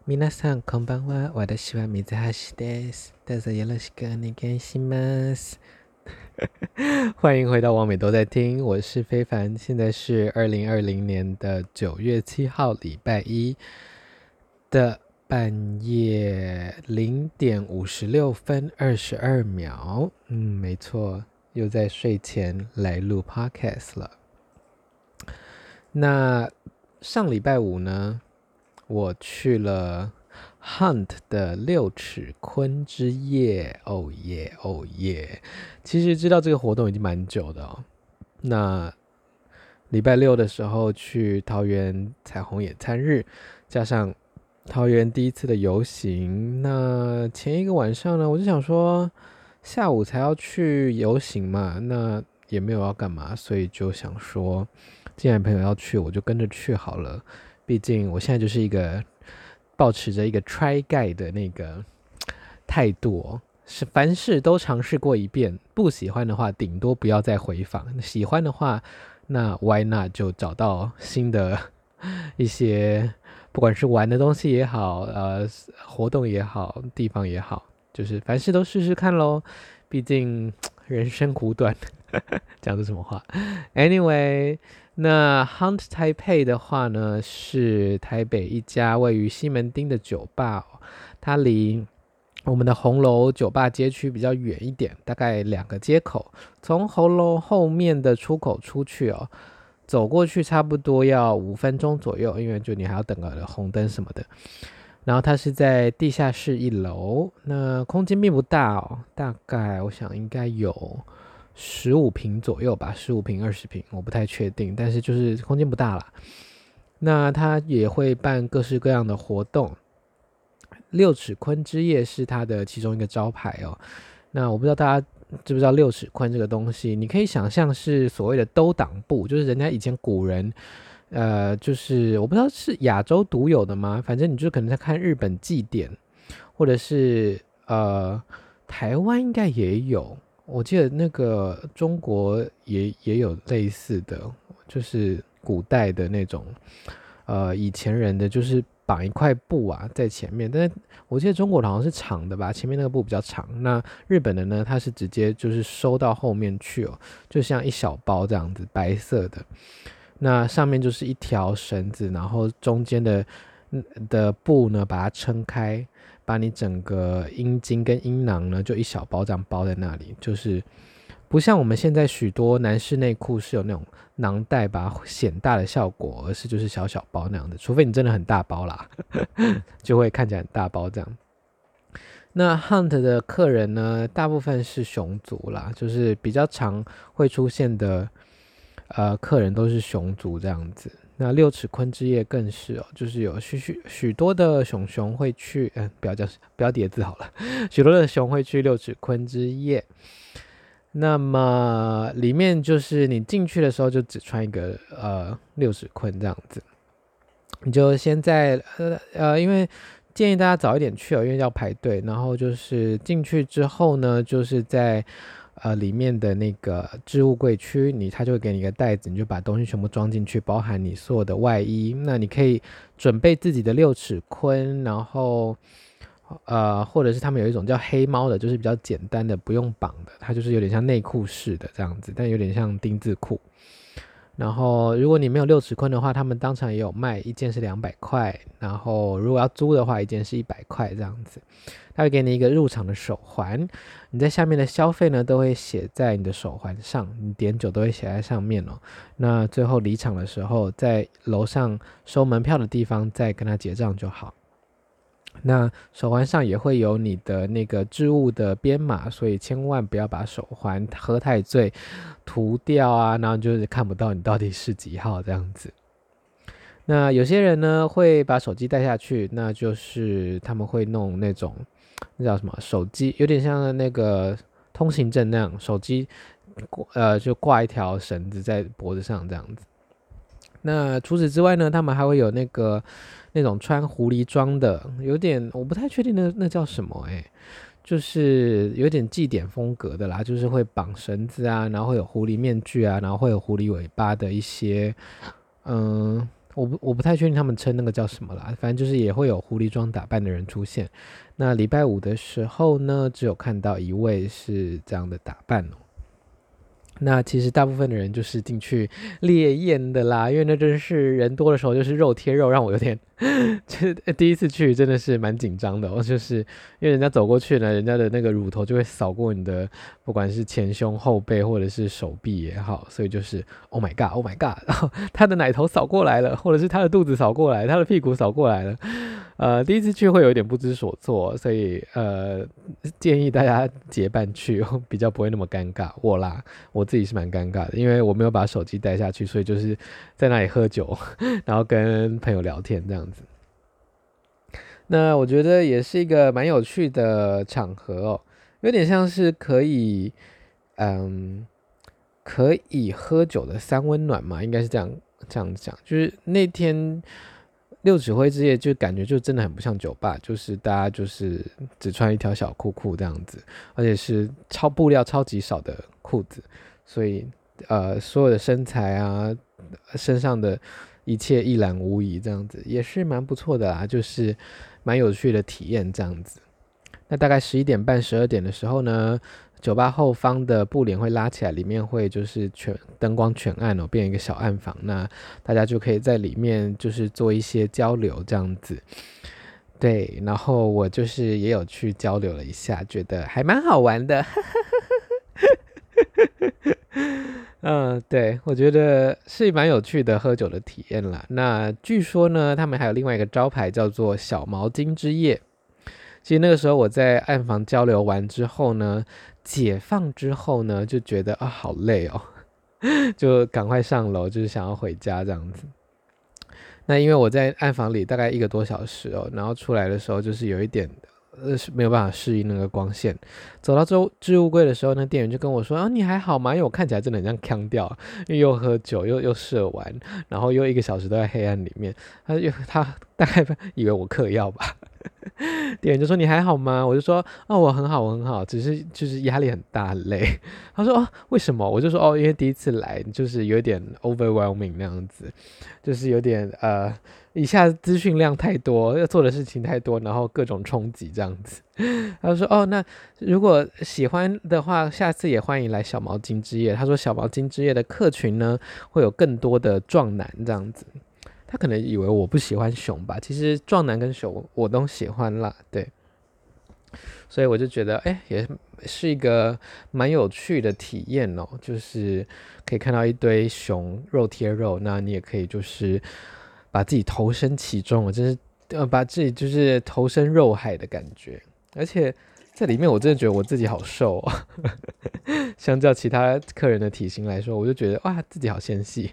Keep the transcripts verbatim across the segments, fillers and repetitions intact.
皆さんこんばんは。私は水橋です。どうぞよろしくお願いします。欢迎回到王美都在听，我是非凡。现在是二零二零年的九月七号，礼拜一的半夜零点五十六分二十二秒。嗯，没错，又在睡前来录 podcast 了。那上礼拜五呢？我去了 Hunt 的六尺坤之夜，哦耶哦耶！其实知道这个活动已经蛮久的哦。那礼拜六的时候去桃园彩虹野餐日，加上桃园第一次的游行。那前一个晚上呢，我就想说下午才要去游行嘛，那也没有要干嘛，所以就想说，既然朋友要去，我就跟着去好了。毕竟我现在就是一个抱持着一个 try guy 的那个态度哦，是凡事都尝试过一遍，不喜欢的话顶多不要再回访，喜欢的话那 why not 就找到新的一些不管是玩的东西也好，呃，活动也好，地方也好，就是凡事都试试看咯，毕竟人生苦短。讲的什么话 ？Anyway，那 Hunt Taipei 的话呢，是台北一家位于西门町的酒吧哦，它离我们的红楼酒吧街区比较远一点，大概两个街口。从红楼后面的出口出去哦，走过去差不多要五分钟左右，因为就你还要等个红灯什么的。然后它是在地下室一楼，那空间并不大哦，大概我想应该有十五平左右吧，十五平二十平，我不太确定，但是就是空间不大啦。那它也会办各式各样的活动，六尺坤之夜是它的其中一个招牌哦。那我不知道大家知不知道六尺坤这个东西，你可以想象是所谓的兜裆布，就是人家以前古人。呃，就是我不知道是亚洲独有的吗？反正你就可能在看日本祭典，或者是呃台湾应该也有，我记得那个中国也也有类似的，就是古代的那种，呃以前人的就是绑一块布啊在前面，但是我记得中国的好像是长的吧，前面那个布比较长，那日本的呢，它是直接就是收到后面去哦，就像一小包这样子，白色的。那上面就是一条绳子，然后中间的的布呢，把它撑开，把你整个阴茎跟阴囊呢，就一小包这样包在那里，就是不像我们现在许多男士内裤是有那种囊袋把它显大的效果，而是就是小小包那样的，除非你真的很大包啦，就会看起来很大包这样。那 Hunt 的客人呢，大部分是熊族啦，就是比较常会出现的。呃，客人都是熊族这样子。那六尺坤之夜更是哦，就是有许许许多的熊熊会去，嗯、呃，不要叫不要叠字好了，许多的熊会去六尺坤之夜。那么里面就是你进去的时候就只穿一个呃六尺坤这样子，你就先在呃呃，因为建议大家早一点去哦，因为要排队。然后就是进去之后呢，就是在。呃，里面的那个置物柜区，你他就会给你一个袋子，你就把东西全部装进去，包含你所有的外衣。那你可以准备自己的六尺坤，然后呃，或者是他们有一种叫黑猫的，就是比较简单的，不用绑的，它就是有点像内裤式的这样子，但有点像丁字裤。然后如果你没有六尺坤的话，他们当场也有卖，一件是两百块，然后如果要租的话，一件是一百块这样子。他会给你一个入场的手环，你在下面的消费呢都会写在你的手环上，你点酒都会写在上面哦。那最后离场的时候，在楼上收门票的地方再跟他结账就好。那手环上也会有你的那个置物的编码，所以千万不要把手环喝太醉涂掉啊，然后就是看不到你到底是几号这样子。那有些人呢会把手机带下去，那就是他们会弄那种那叫什么手机，有点像那个通行证那样，手机呃就挂一条绳子在脖子上这样子。那除此之外呢，他们还会有那个那种穿狐狸装的，有点我不太确定那那叫什么哎、欸，就是有点祭典风格的啦，就是会绑绳子啊，然后会有狐狸面具啊，然后会有狐狸尾巴的一些，嗯， 我不我不太确定他们称那个叫什么啦，反正就是也会有狐狸装打扮的人出现。那礼拜五的时候呢，只有看到一位是这样的打扮哦。那其实大部分的人就是进去烈焰的啦，因为那真是人多的时候就是肉贴肉，让我有点就第一次去真的是蛮紧张的哦，就是因为人家走过去呢，人家的那个乳头就会扫过你的，不管是前胸后背或者是手臂也好，所以就是 Oh my God Oh my God， 然后他的奶头扫过来了，或者是他的肚子扫过来，他的屁股扫过来了。呃，第一次去会有一点不知所措，所以呃，建议大家结伴去，比较不会那么尴尬。我啦，我自己是蛮尴尬的，因为我没有把手机带下去，所以就是在那里喝酒，然后跟朋友聊天这样子。那我觉得也是一个蛮有趣的场合哦，有点像是可以，嗯，可以喝酒的三温暖嘛，应该是这样这样讲。就是那天六指挥之夜，就感觉就真的很不像酒吧，就是大家就是只穿一条小裤裤这样子，而且是超布料超级少的裤子，所以呃所有的身材啊，身上的一切一览无遗，这样子也是蛮不错的啦，就是蛮有趣的体验这样子。那大概十一点半、十二点的时候呢，酒吧后方的布帘会拉起来，里面会就是全灯光全暗哦，变成一个小暗房。那大家就可以在里面就是做一些交流这样子。对，然后我就是也有去交流了一下，觉得还蛮好玩的。嗯，对，我觉得是蛮有趣的喝酒的体验啦。那据说呢，他们还有另外一个招牌叫做小毛巾之夜。其实那个时候我在暗房交流完之后呢，解放之后呢，就觉得啊好累哦，就赶快上楼，就是想要回家这样子。那因为我在暗房里大概一个多小时哦，然后出来的时候就是有一点呃是没有办法适应那个光线。走到置置物柜的时候，那店员就跟我说：啊，你还好吗？因为我看起来真的很像呛掉，因为又喝酒又又射完，然后又一个小时都在黑暗里面。他又他大概以为我嗑药吧。店员就说你还好吗？我就说哦我很好我很好，只是就是压力很大很累。他说哦为什么？我就说哦因为第一次来就是有点 overwhelming 那样子，就是有点呃一下子资讯量太多，要做的事情太多，然后各种冲击这样子。他就说哦那如果喜欢的话，下次也欢迎来小毛巾之夜。他说小毛巾之夜的客群呢会有更多的壮男这样子。他可能以为我不喜欢熊吧，其实壮男跟熊我都喜欢啦，对，所以我就觉得，哎、欸，也是一个蛮有趣的体验哦，就是可以看到一堆熊肉贴肉，那你也可以就是把自己投身其中，我真是呃把自己就是投身肉海的感觉，而且在里面我真的觉得我自己好瘦哦，相较其他客人的体型来说，我就觉得哇自己好纤细。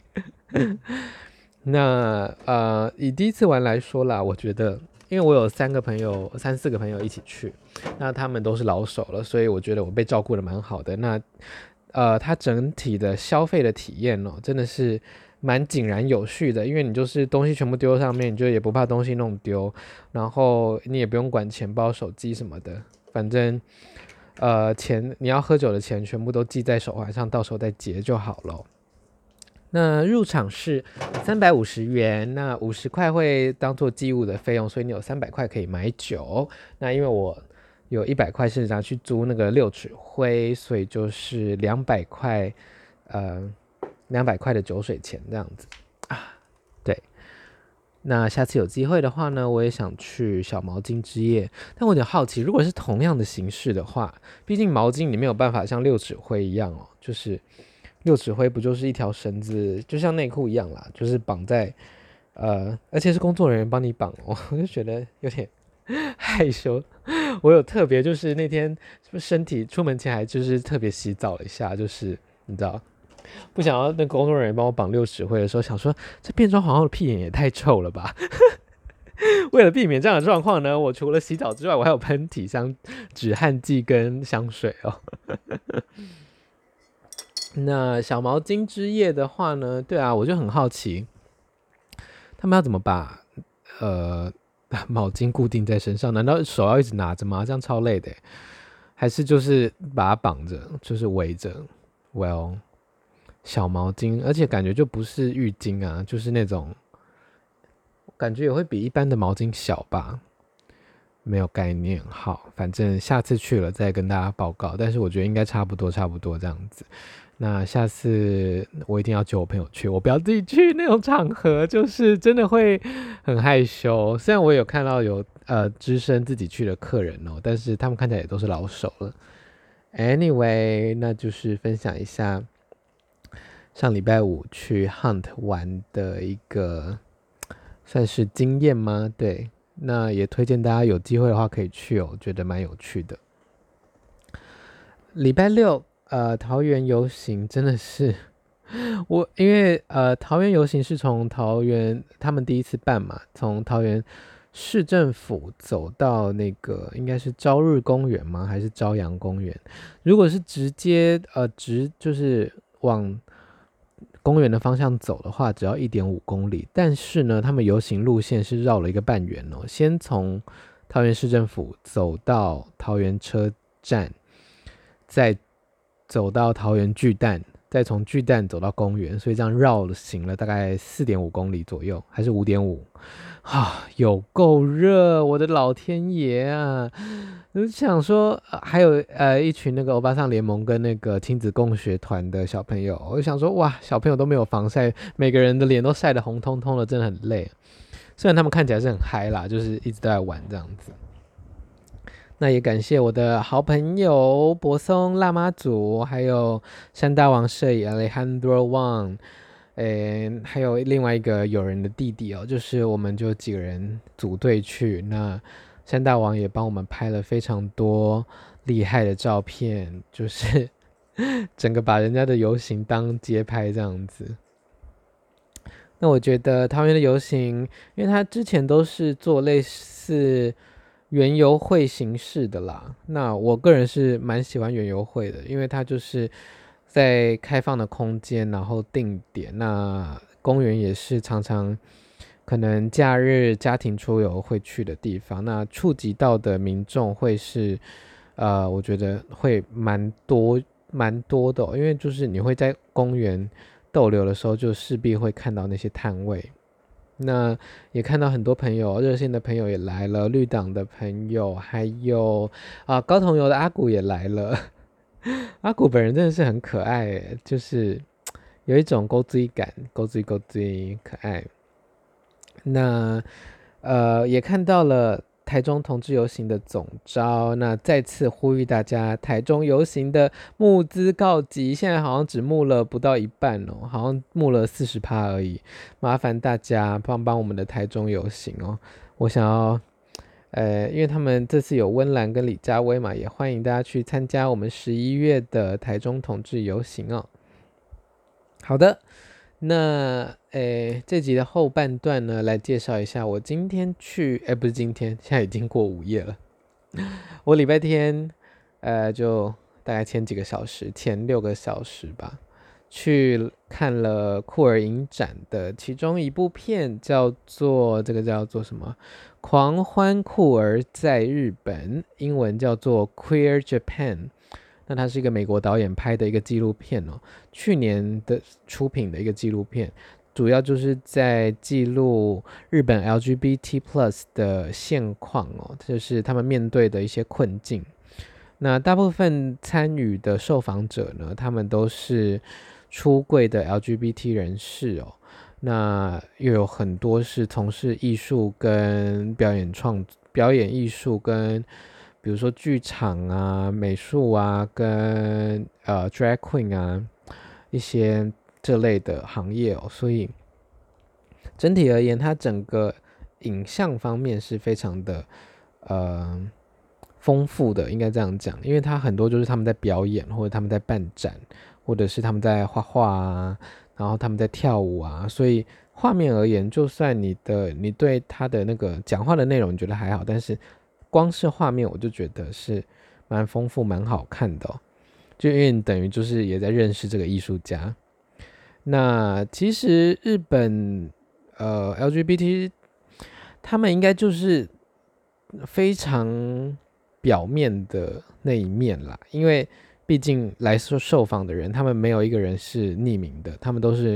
那呃，以第一次玩来说啦，我觉得，因为我有三个朋友、三四个朋友一起去，那他们都是老手了，所以我觉得我被照顾的蛮好的。那呃，它整体的消费的体验哦，真的是蛮井然有序的，因为你就是东西全部丢上面，你就也不怕东西弄丢，然后你也不用管钱包、手机什么的，反正呃，钱你要喝酒的钱全部都记在手环上，到时候再结就好了。那入场是三百五十元，那五十块会当做寄物的费用，所以你有三百块可以买酒。那因为我有一百块是拿去租那个六尺灰，所以就是两百块，呃，两百块的酒水钱这样子啊。对，那下次有机会的话呢，我也想去小毛巾之夜，但我有点好奇，如果是同样的形式的话，毕竟毛巾你没有办法像六尺灰一样哦，就是。六尺灰不就是一条绳子，就像内裤一样啦，就是绑在，呃，而且是工作人员帮你绑哦，我就觉得有点害羞。我有特别就是那天身体出门前还就是特别洗澡了一下，就是你知道，不想要那工作人员帮我绑六尺灰的时候，想说这变装皇后的屁眼也太臭了吧。为了避免这样的状况呢，我除了洗澡之外，我还有喷体香、止汗剂跟香水哦。那小毛巾之夜的话呢，对啊，我就很好奇，他们要怎么把呃毛巾固定在身上？难道手要一直拿着吗？这样超累的，还是就是把它绑着，就是围着 ？Well， 小毛巾，而且感觉就不是浴巾啊，就是那种感觉也会比一般的毛巾小吧，没有概念。好，反正下次去了再跟大家报告，但是我觉得应该差不多差不多这样子。那下次我一定要揪我朋友去，我不要自己去那种场合，就是真的会很害羞。虽然我有看到有呃只身自己去的客人哦，但是他们看起来也都是老手了。Anyway， 那就是分享一下上礼拜五去 Hunt 玩的一个算是经验吗？对，那也推荐大家有机会的话可以去哦，觉得蛮有趣的。礼拜六。呃，桃园游行真的是我，因为呃，桃园游行是从桃园他们第一次办嘛，从桃园市政府走到那个应该是朝日公园吗？还是朝阳公园？如果是直接呃直就是往公园的方向走的话，只要一点五公里。但是呢，他们游行路线是绕了一个半圆哦，先从桃园市政府走到桃园车站，再走到桃园巨蛋，再从巨蛋走到公园，所以这样绕行了大概 四点五公里左右，还是 五点五 啊，有够热，我的老天爷啊！我就想说，还有呃一群那个欧巴桑联盟跟那个亲子共学团的小朋友，我就想说，哇，小朋友都没有防晒，每个人的脸都晒得红彤彤的，真的很累。虽然他们看起来是很嗨啦，就是一直都在玩这样子。那也感谢我的好朋友柏松辣妈祖，还有山大王摄影 Alejandro Wang， 诶，还有另外一个友人的弟弟哦，就是我们就几个人组队去。那山大王也帮我们拍了非常多厉害的照片，就是整个把人家的游行当街拍这样子。那我觉得桃园的游行，因为他之前都是做类似园游会形式的啦，那我个人是蛮喜欢园游会的，因为它就是在开放的空间，然后定点。那公园也是常常可能假日家庭出游会去的地方，那触及到的民众会是呃，我觉得会蛮多蛮多的哦，因为就是你会在公园逗留的时候，就势必会看到那些摊位。那也看到很多朋友，热线的朋友也来了，绿党的朋友，还有啊高同游的阿古也来了。阿古本人真的是很可爱耶，就是有一种勾追感，勾追勾追可爱。那呃也看到了台中同志游行的总召，那再次呼吁大家，台中游行的募资告急，现在好像只募了不到一半哦，好像募了 百分之四十 而已，麻烦大家帮帮我们的台中游行哦。我想要，呃，因为他们这次有温岚跟李佳薇嘛，也欢迎大家去参加我们十一月的台中同志游行哦。好的。那诶，这集的后半段呢，来介绍一下我今天去，诶，不是今天，现在已经过午夜了。我礼拜天，呃，就大概前几个小时，前六个小时吧，去看了酷儿影展的其中一部片，叫做这个叫做什么？狂欢酷儿在日本，英文叫做 Queer Japan。那它是一个美国导演拍的一个纪录片哦，去年的出品的一个纪录片，主要就是在记录日本 L G B T plus 的现况哦，就是他们面对的一些困境。那大部分参与的受访者呢，他们都是出柜的 L G B T 人士哦，那又有很多是从事艺术跟表演创表演艺术跟比如说剧场啊、美术啊，跟呃 drag queen 啊一些这类的行业哦，所以整体而言，它整个影像方面是非常的呃丰富的，应该这样讲，因为它很多就是他们在表演，或者他们在办展，或者是他们在画画啊，然后他们在跳舞啊，所以画面而言，就算你的你对他的那个讲话的内容你觉得还好，但是光是画面我就觉得是蛮丰富蛮好看的哦，就因为你等于就是也在认识这个艺术家。那其实日本呃 L G B T 他们应该就是非常表面的那一面啦，因为毕竟来受受访的人，他们没有一个人是匿名的，他们都是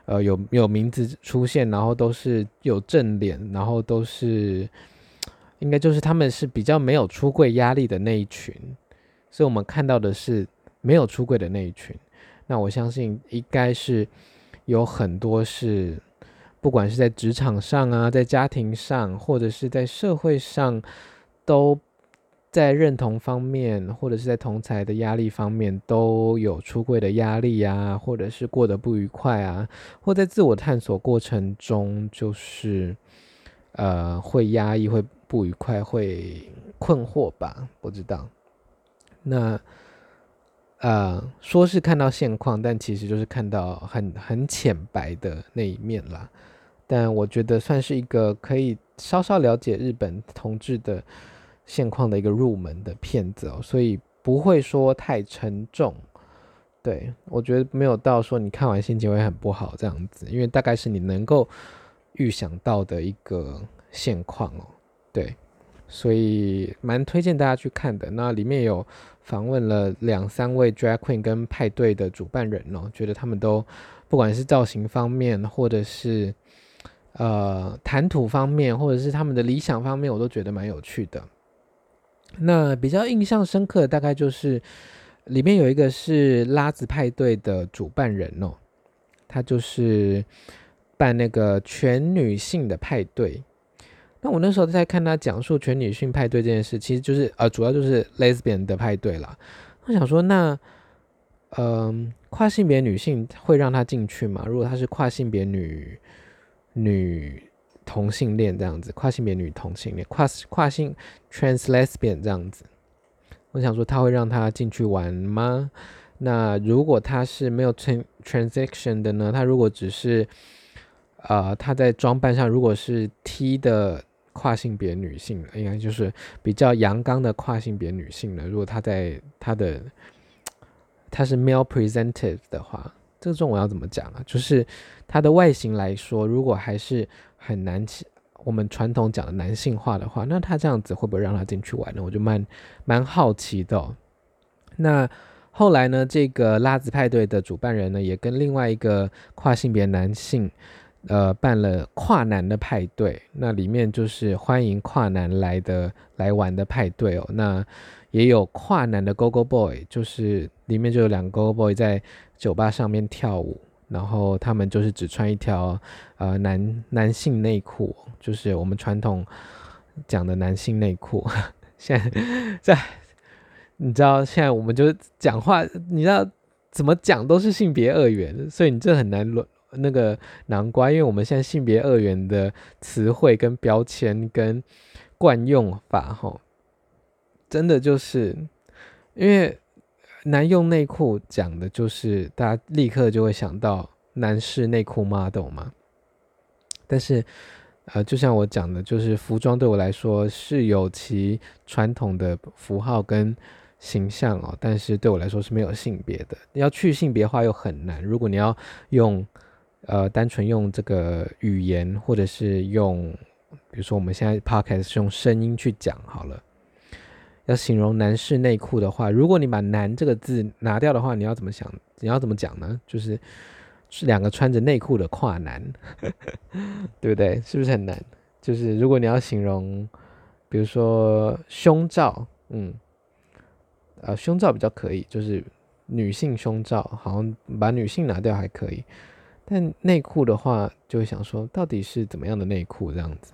呃有有名字出现，然后都是有正脸，然后都是应该就是他们是比较没有出柜压力的那一群，所以我们看到的是没有出柜的那一群。那我相信应该是有很多是不管是在职场上啊，在家庭上，或者是在社会上，都在认同方面，或者是在同侪的压力方面都有出柜的压力啊，或者是过得不愉快啊，或在自我探索过程中就是呃会压抑、会不愉快、会困惑吧，不知道。那呃说是看到现况，但其实就是看到很很浅白的那一面啦。但我觉得算是一个可以稍稍了解日本同志的现况的一个入门的片子哦，所以不会说太沉重。对，我觉得没有到说你看完心情会很不好这样子，因为大概是你能够预想到的一个现况哦。对，所以蛮推荐大家去看的。那里面有访问了两三位 drag queen 跟派对的主办人哦，觉得他们都不管是造型方面，或者是呃谈吐方面，或者是他们的理想方面，我都觉得蛮有趣的。那比较印象深刻的大概就是里面有一个是拉子派对的主办人哦，他就是办那个全女性的派对。那我那时候在看他讲述全女性派对这件事，其实就是呃主要就是 lesbian 的派对啦。我想说那嗯、呃、跨性别女性会让他进去吗？如果他是跨性别女女同性恋这样子，跨性别女同性恋，跨跨性 trans lesbian 这样子，我想说他会让他进去玩吗？那如果他是没有 transaction 的呢？他如果只是呃他在装扮上如果是 T 的跨性别女性，应该就是比较阳刚的跨性别女性呢，如果他在他的他是 male presented 的话，这种我要怎么讲啊？就是他的外形来说，如果还是很难我们传统讲的男性化的话，那他这样子会不会让他进去玩呢？我就蛮蛮好奇的哦。那后来呢，这个拉子派对的主办人呢，也跟另外一个跨性别男性呃办了跨男的派对，那里面就是欢迎跨男来的来玩的派对哦。那也有跨男的 Go Go Boy， 就是里面就有两个 Go Go Boy 在酒吧上面跳舞，然后他们就是只穿一条呃男男性内裤，就是我们传统讲的男性内裤。现在在你知道现在我们就讲话，你知道怎么讲都是性别二元，所以你这很难论那个难怪，因为我们现在性别二元的词汇跟标签跟惯用法齁，真的就是因为男用内裤讲的就是大家立刻就会想到男士内裤 model 嘛，但是呃，就像我讲的，就是服装对我来说是有其传统的符号跟形象哦，但是对我来说是没有性别的。要去性别化又很难，如果你要用呃单纯用这个语言，或者是用比如说我们现在 podcast 是用声音去讲好了，要形容男士内裤的话，如果你把男这个字拿掉的话，你要怎么想？你要怎么讲呢？就是是两个穿着内裤的跨男，对不对？是不是很难？就是如果你要形容，比如说胸罩，嗯，呃，胸罩比较可以，就是女性胸罩，好像把女性拿掉还可以，但内裤的话，就会想说，到底是怎么样的内裤这样子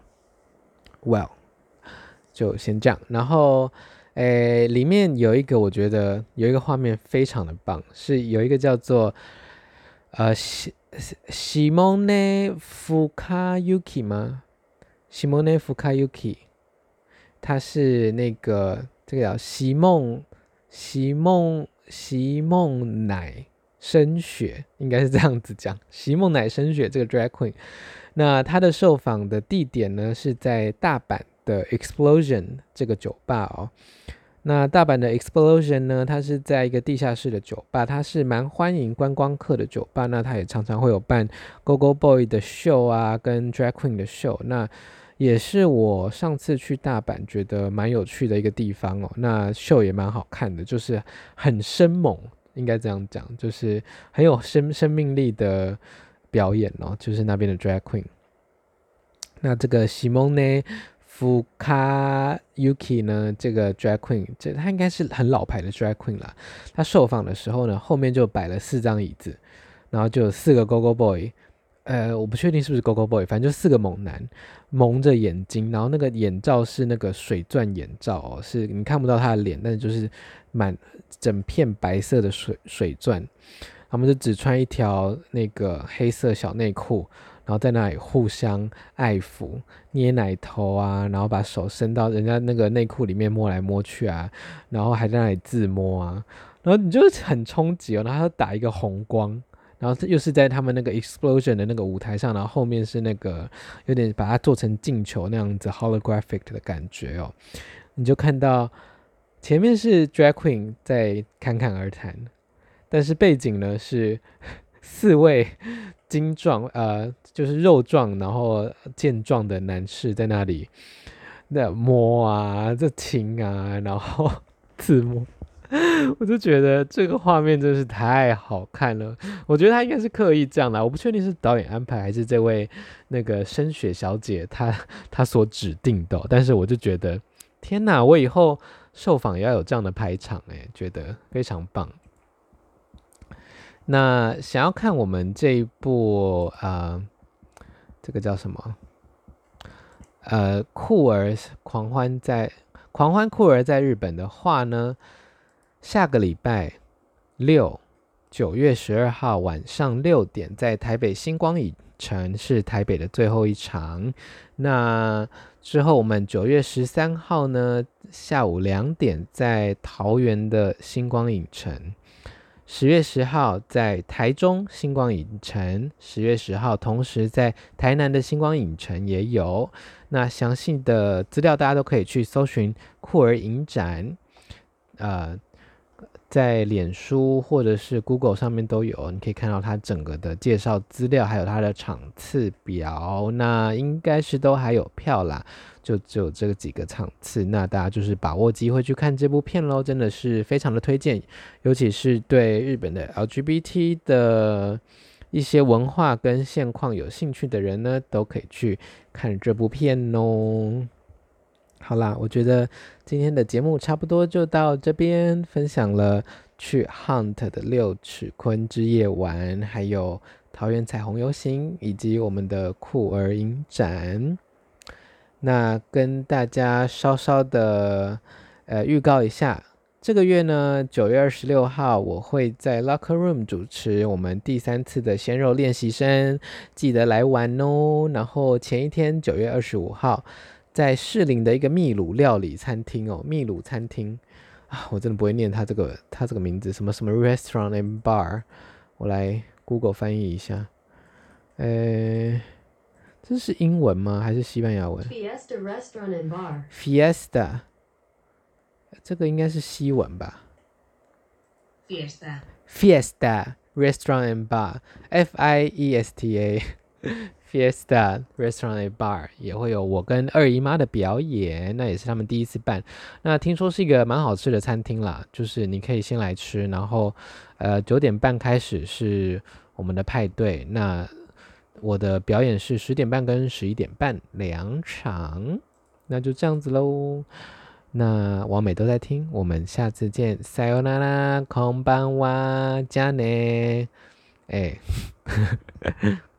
？Well，就先这样。然后，诶，里面有一个我觉得有一个画面非常的棒，是有一个叫做呃西西蒙内福卡 Yuki 吗？西蒙内福卡 Yuki，他是那个这个叫席梦席梦席梦乃深雪，应该是这样子讲。席梦乃深雪这个 drag queen， 那他的受访的地点呢是在大阪的 Explosion 这个酒吧哦。那大阪的 Explosion 呢，它是在一个地下室的酒吧，它是蛮欢迎观光客的酒吧。那它也常常会有办 Go Go Boy 的秀啊，跟 Drag Queen 的秀。那也是我上次去大阪觉得蛮有趣的一个地方哦。那秀也蛮好看的，就是很生猛，应该这样讲，就是很有生生命力的表演哦，就是那边的 drag queen。那这个 Simone Fukayuki 呢，这个 drag queen， 这她应该是很老牌的 drag queen 啦。她受访的时候呢，后面就摆了四张椅子，然后就有四个 Go-Go Boy， 呃，我不确定是不是 Go-Go Boy， 反正就四个猛男蒙着眼睛，然后那个眼罩是那个水钻眼罩哦，是你看不到他的脸，但是就是满整片白色的水水钻。他们就只穿一条那个黑色小内裤，然后在那里互相爱抚、捏奶头啊，然后把手伸到人家那个内裤里面摸来摸去啊，然后还在那里自摸啊，然后你就很冲击哦，然后他打一个红光，然后又是在他们那个 explosion 的那个舞台上，然后后面是那个有点把它做成镜球那样子 holographic 的感觉哦，你就看到前面是 drag queen 在侃侃而谈。但是背景呢是四位精壮呃就是肉壮然后健壮的男士在那里那摸啊这亲啊然后自摸，我就觉得这个画面真是太好看了。我觉得他应该是刻意这样的，我不确定是导演安排还是这位那个深雪小姐她她所指定的，但是我就觉得天哪，我以后受访也要有这样的排场哎，觉得非常棒。那想要看我们这一部呃，这个叫什么？呃，酷儿狂欢在狂欢酷儿在日本的话呢，下个礼拜六，九月十二号晚上六点，在台北星光影城是台北的最后一场。那之后我们九月十三号呢，下午两点在桃园的星光影城。十月十号在台中星光影城，十月十号同时在台南的星光影城也有。那详细的资料大家都可以去搜寻酷儿影展，呃，在脸书或者是 Google 上面都有，你可以看到它整个的介绍资料，还有它的场次表。那应该是都还有票啦，就只有这几个场次，那大家就是把握机会去看这部片咯，真的是非常的推荐，尤其是对日本的 L G B T 的一些文化跟现况有兴趣的人呢，都可以去看这部片哦。好啦，我觉得今天的节目差不多就到这边，分享了去 Hunt 的六尺坤之夜玩，还有桃园彩虹游行，以及我们的酷儿影展。那跟大家稍稍的呃预告一下，这个月呢，九月二十六号我会在 Locker Room 主持我们第三次的鲜肉练习生，记得来玩哦。然后前一天九月二十五号，在士林的一个秘鲁料理餐厅哦，秘鲁餐厅啊，我真的不会念它这个它这个名字，什么什么 Restaurant and Bar， 我来 Google 翻译一下，呃。这是英文吗？还是西班牙文 ？Fiesta Restaurant and Bar。 Fiesta， 这个应该是西文吧 ？Fiesta。 Fiesta Restaurant and Bar，F I E S T A，Fiesta Restaurant and Bar 也会有我跟二姨妈的表演，那也是他们第一次办。那听说是一个蛮好吃的餐厅啦，就是你可以先来吃，然后呃九点半开始是我们的派对，那。我的表演是十点半跟十一点半两场，那就这样子喽。那王美都在听，我们下次见，さよなら、こんばんは，じゃあね，哎。